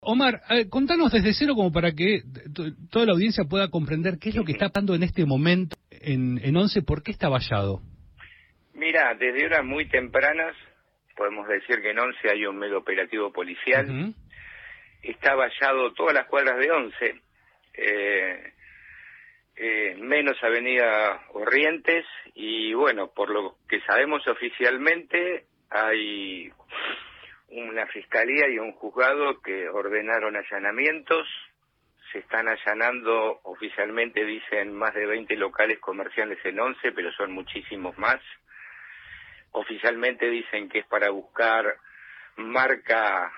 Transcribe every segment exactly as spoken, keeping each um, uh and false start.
Omar, eh, contanos desde cero como para que t- toda la audiencia pueda comprender qué es lo que está pasando en este momento en, en Once, por qué está vallado. Mira, desde horas muy tempranas, podemos decir que en Once hay un mega operativo policial. Uh-huh. Está vallado todas las cuadras de Once, eh, eh, menos Avenida Corrientes, y bueno, por lo que sabemos oficialmente, hay una fiscalía y un juzgado que ordenaron allanamientos. Se están allanando, oficialmente dicen, más de veinte locales comerciales en Once, pero son muchísimos más. Oficialmente dicen que es para buscar marca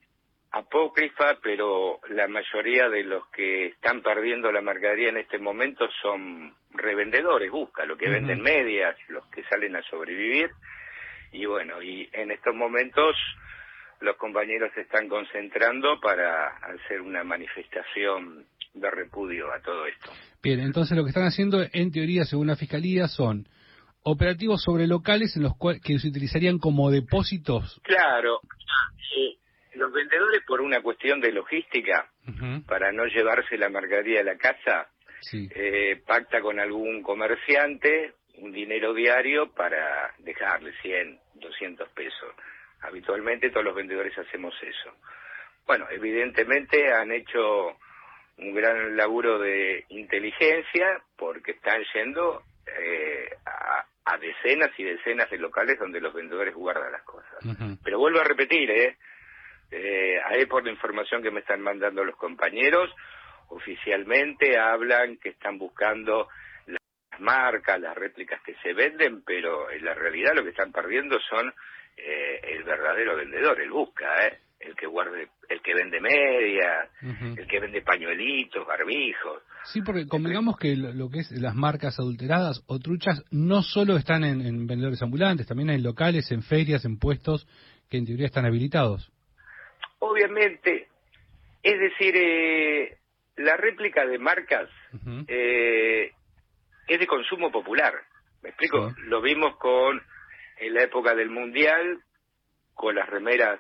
apócrifa, pero la mayoría de los que están perdiendo la mercadería en este momento son revendedores, busca, los que uh-huh. venden medias, los que salen a sobrevivir. Y bueno, y en estos momentos los compañeros se están concentrando para hacer una manifestación de repudio a todo esto. Bien, entonces lo que están haciendo, en teoría, según la Fiscalía, son operativos sobre locales en los cuales que se utilizarían como depósitos. Claro, sí. Los vendedores, por una cuestión de logística, uh-huh. para no llevarse la mercadería a la casa, sí. eh, pacta con algún comerciante un dinero diario para dejarle cien, doscientos pesos. Habitualmente todos los vendedores hacemos eso. Bueno, evidentemente han hecho un gran laburo de inteligencia porque están yendo eh, a, a decenas y decenas de locales donde los vendedores guardan las cosas. Uh-huh. Pero vuelvo a repetir, ¿eh? Eh, ahí por la información que me están mandando los compañeros, oficialmente hablan que están buscando las marcas, las réplicas que se venden, pero en la realidad lo que están perdiendo son eh, el verdadero vendedor, el busca, ¿eh? el que guarde, el que vende medias, uh-huh. el que vende pañuelitos, barbijos. Sí, porque convengamos que lo, lo que es las marcas adulteradas o truchas no solo están en, en vendedores ambulantes, también hay locales, en ferias, en puestos que en teoría están habilitados. Obviamente, es decir, eh, la réplica de marcas uh-huh. eh, es de consumo popular. ¿Me explico? Sí. Lo vimos con en la época del Mundial, con las remeras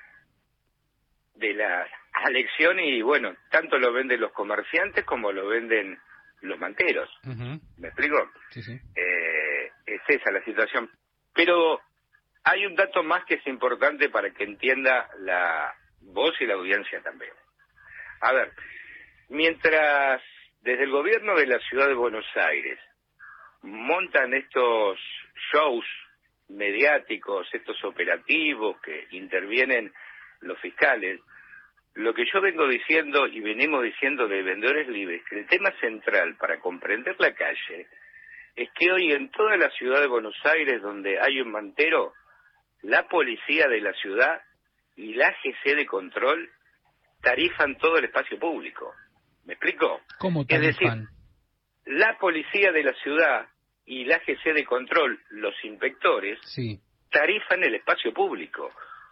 de la selección y bueno, tanto lo venden los comerciantes como lo venden los manteros. Uh-huh. ¿Me explico? Sí, sí. Eh, es esa la situación. Pero hay un dato más que es importante para que entienda la voz y la audiencia también. A ver, mientras desde el gobierno de la ciudad de Buenos Aires montan estos shows mediáticos, estos operativos que intervienen los fiscales, lo que yo vengo diciendo y venimos diciendo de vendedores libres, que el tema central para comprender la calle es que hoy en toda la ciudad de Buenos Aires donde hay un mantero, la policía de la ciudad y la A G C de control tarifan todo el espacio público. ¿Me explico? ¿Cómo tarifan? Es decir, la policía de la ciudad y la A G C de control, los inspectores, sí. tarifan el espacio público.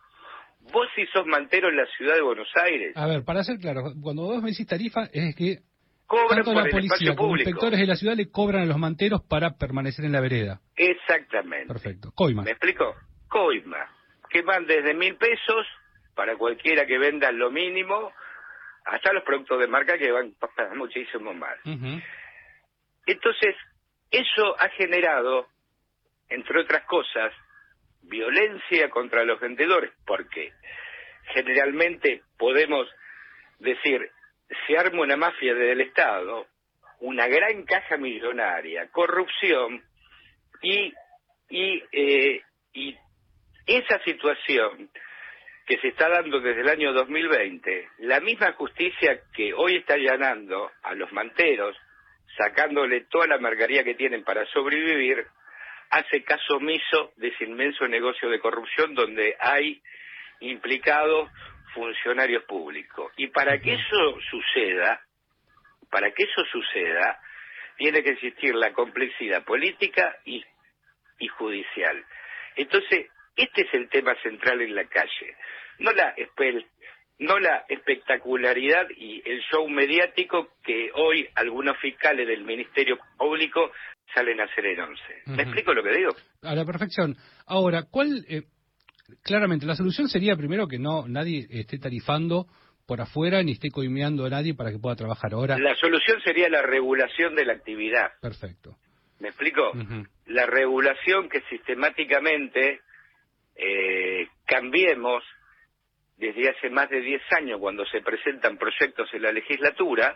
Vos si sos mantero en la ciudad de Buenos Aires... A ver, para ser claro, cuando vos me decís tarifa es que cobran tanto por la el policía espacio como público. inspectores de la ciudad le cobran a los manteros para permanecer en la vereda. Exactamente. Perfecto. Coima. ¿Me explico? Coima. Que van desde mil pesos para cualquiera que venda lo mínimo hasta los productos de marca que van para muchísimo más. Uh-huh. Entonces, eso ha generado, entre otras cosas, violencia contra los vendedores, porque generalmente podemos decir, se arma una mafia desde el Estado, una gran caja millonaria, corrupción, y, y, eh, y esa situación que se está dando desde el año dos mil veinte, la misma justicia que hoy está allanando a los manteros, sacándole toda la mercadería que tienen para sobrevivir, hace caso omiso de ese inmenso negocio de corrupción donde hay implicados funcionarios públicos. Y para que eso suceda, para que eso suceda, tiene que existir la complejidad política y, y judicial. Entonces, este es el tema central en la calle, no la espe- no la espectacularidad y el show mediático que hoy algunos fiscales del Ministerio Público salen a hacer en Once. ¿Me uh-huh. explico lo que digo? A la perfección. Ahora, ¿cuál? Eh, claramente, la solución sería primero que no nadie esté tarifando por afuera ni esté coimeando a nadie para que pueda trabajar. Ahora, la solución sería la regulación de la actividad. Perfecto. ¿Me explico? Uh-huh. La regulación que sistemáticamente eh, cambiemos desde hace más de diez años, cuando se presentan proyectos en la legislatura,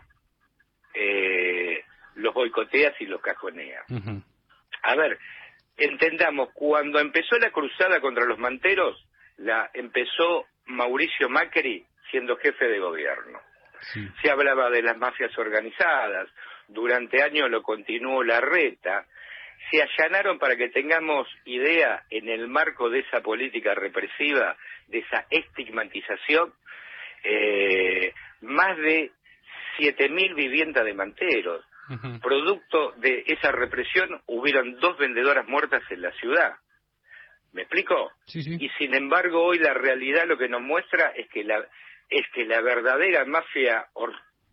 eh, los boicoteas y los cajoneas. Uh-huh. A ver, entendamos, cuando empezó la cruzada contra los manteros, la empezó Mauricio Macri siendo jefe de gobierno. Sí. Se hablaba de las mafias organizadas, durante años lo continuó Larreta, se allanaron, para que tengamos idea, en el marco de esa política represiva, de esa estigmatización, eh, más de siete mil viviendas de manteros. Uh-huh. Producto de esa represión hubieron dos vendedoras muertas en la ciudad. ¿Me explico? Sí, sí. Y sin embargo hoy la realidad lo que nos muestra es que la es que la verdadera mafia or,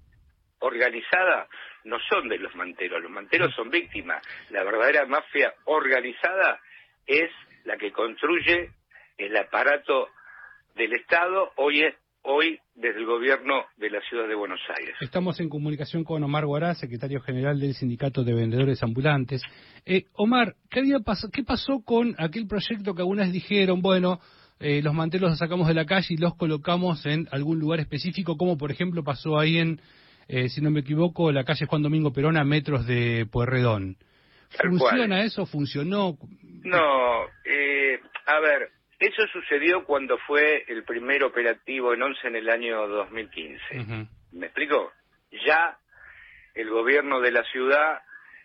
organizada no son de los manteros, los manteros son víctimas. La verdadera mafia organizada es la que construye el aparato del Estado, hoy es hoy desde el gobierno de la ciudad de Buenos Aires. Estamos en comunicación con Omar Guará, secretario general del Sindicato de Vendedores Ambulantes. Eh, Omar, ¿qué había pas- ¿qué pasó con aquel proyecto que algunas dijeron, bueno, eh, los manteros los sacamos de la calle y los colocamos en algún lugar específico, como por ejemplo pasó ahí en, eh, si no me equivoco, la calle Juan Domingo Perón, a metros de Pueyrredón? ¿Funciona eso? ¿Funcionó? No, eh, a ver... Eso sucedió cuando fue el primer operativo en Once en el año dos mil quince. Uh-huh. ¿Me explico? Ya el gobierno de la ciudad,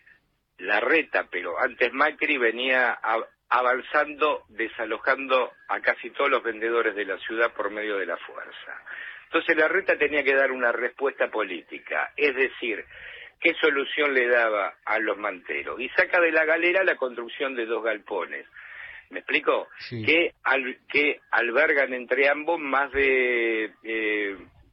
Larreta, pero antes Macri, venía a, avanzando, desalojando a casi todos los vendedores de la ciudad por medio de la fuerza. Entonces Larreta tenía que dar una respuesta política, es decir, ¿qué solución le daba a los manteros? Y saca de la galera la construcción de dos galpones. ¿Me explico? Sí. Que, al, que albergan entre ambos más de eh,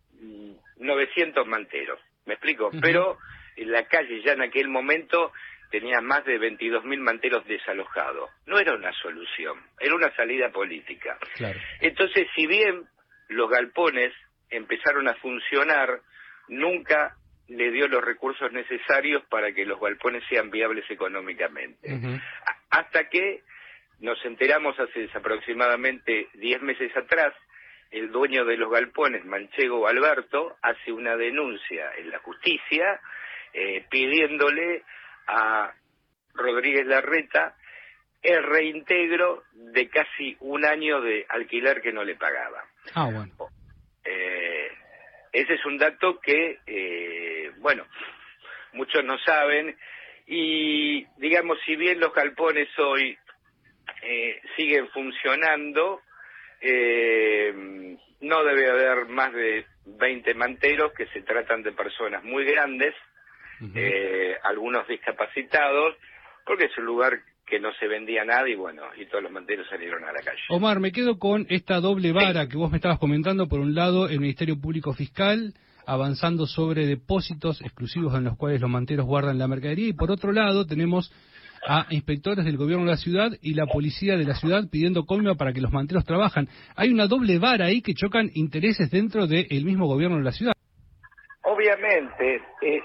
novecientos manteros. ¿Me explico? Uh-huh. Pero en la calle ya en aquel momento tenía más de veintidós mil manteros desalojados. No era una solución, era una salida política. Claro. Entonces, si bien los galpones empezaron a funcionar, nunca le dio los recursos necesarios para que los galpones sean viables económicamente. Uh-huh. Hasta que nos enteramos hace aproximadamente diez meses atrás, el dueño de los galpones, Manchego Alberto, hace una denuncia en la justicia eh, pidiéndole a Rodríguez Larreta el reintegro de casi un año de alquiler que no le pagaba. Ah, bueno. Eh, ese es un dato que, eh, bueno, muchos no saben, y digamos, si bien los galpones hoy Eh, siguen funcionando, eh, no debe haber más de veinte manteros, que se tratan de personas muy grandes, uh-huh. eh, algunos discapacitados, porque es un lugar que no se vendía nada y bueno, y todos los manteros salieron a la calle. Omar, me quedo con esta doble vara sí. que vos me estabas comentando. Por un lado, el Ministerio Público Fiscal avanzando sobre depósitos exclusivos en los cuales los manteros guardan la mercadería, y por otro lado tenemos a inspectores del gobierno de la ciudad y la policía de la ciudad pidiendo coima para que los manteros trabajan. Hay una doble vara ahí que chocan intereses dentro del mismo gobierno de la ciudad. Obviamente. Eh,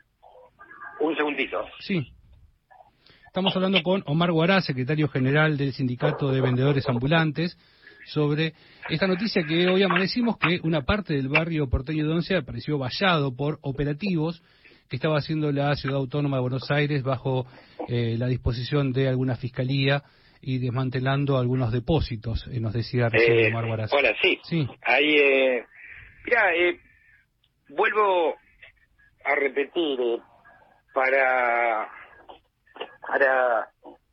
un segundito. Sí. Estamos hablando con Omar Guará, secretario general del Sindicato de Vendedores Ambulantes, sobre esta noticia que hoy amanecimos, que una parte del barrio porteño de Once apareció vallado por operativos que estaba haciendo la Ciudad Autónoma de Buenos Aires bajo eh, la disposición de alguna fiscalía y desmantelando algunos depósitos, eh, nos decía recién eh, Omar Guará. Ahora sí, sí. Ahí, eh, mira, eh, vuelvo a repetir, eh, para, para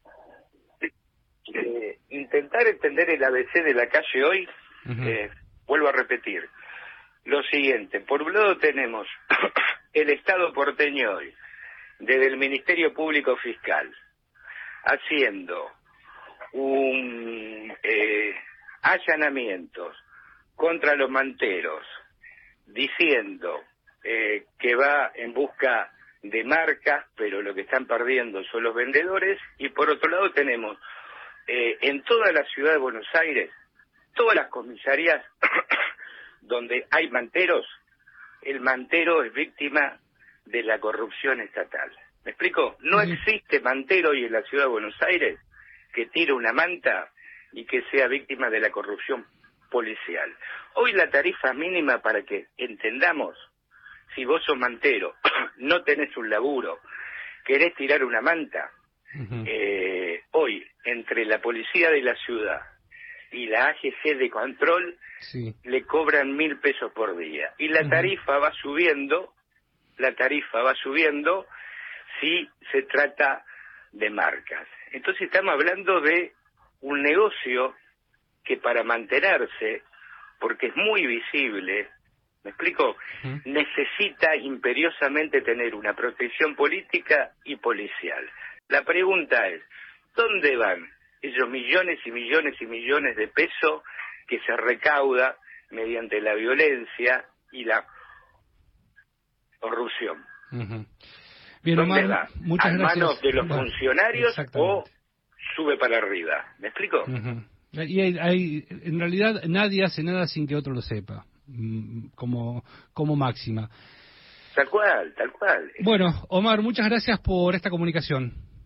eh, intentar entender el A B C de la calle hoy, uh-huh. eh, vuelvo a repetir lo siguiente. Por un lado tenemos el Estado porteño hoy, desde el Ministerio Público Fiscal, haciendo un eh, allanamientos contra los manteros, diciendo eh, que va en busca de marcas, pero lo que están perdiendo son los vendedores, y por otro lado tenemos eh, en toda la ciudad de Buenos Aires, todas las comisarías donde hay manteros, el mantero es víctima de la corrupción estatal. ¿Me explico? No Sí. existe mantero hoy en la ciudad de Buenos Aires que tire una manta y que sea víctima de la corrupción policial. Hoy la tarifa mínima, para que entendamos, si vos sos mantero, no tenés un laburo, querés tirar una manta, uh-huh. eh, hoy entre la policía de la ciudad y la A G C de control, sí. le cobran mil pesos por día. Y la tarifa uh-huh. va subiendo, la tarifa va subiendo si se trata de marcas. Entonces estamos hablando de un negocio que para mantenerse, porque es muy visible, ¿me explico? Uh-huh. Necesita imperiosamente tener una protección política y policial. La pregunta es, ¿dónde van esos millones y millones y millones de pesos que se recauda mediante la violencia y la corrupción? Uh-huh. Bien, ¿Dónde Omar, va? muchas ¿A gracias. manos de los bueno, funcionarios o sube para arriba? ¿Me explico? Uh-huh. Y hay, hay, en realidad nadie hace nada sin que otro lo sepa, como, como máxima. Tal cual, tal cual. Bueno, Omar, muchas gracias por esta comunicación.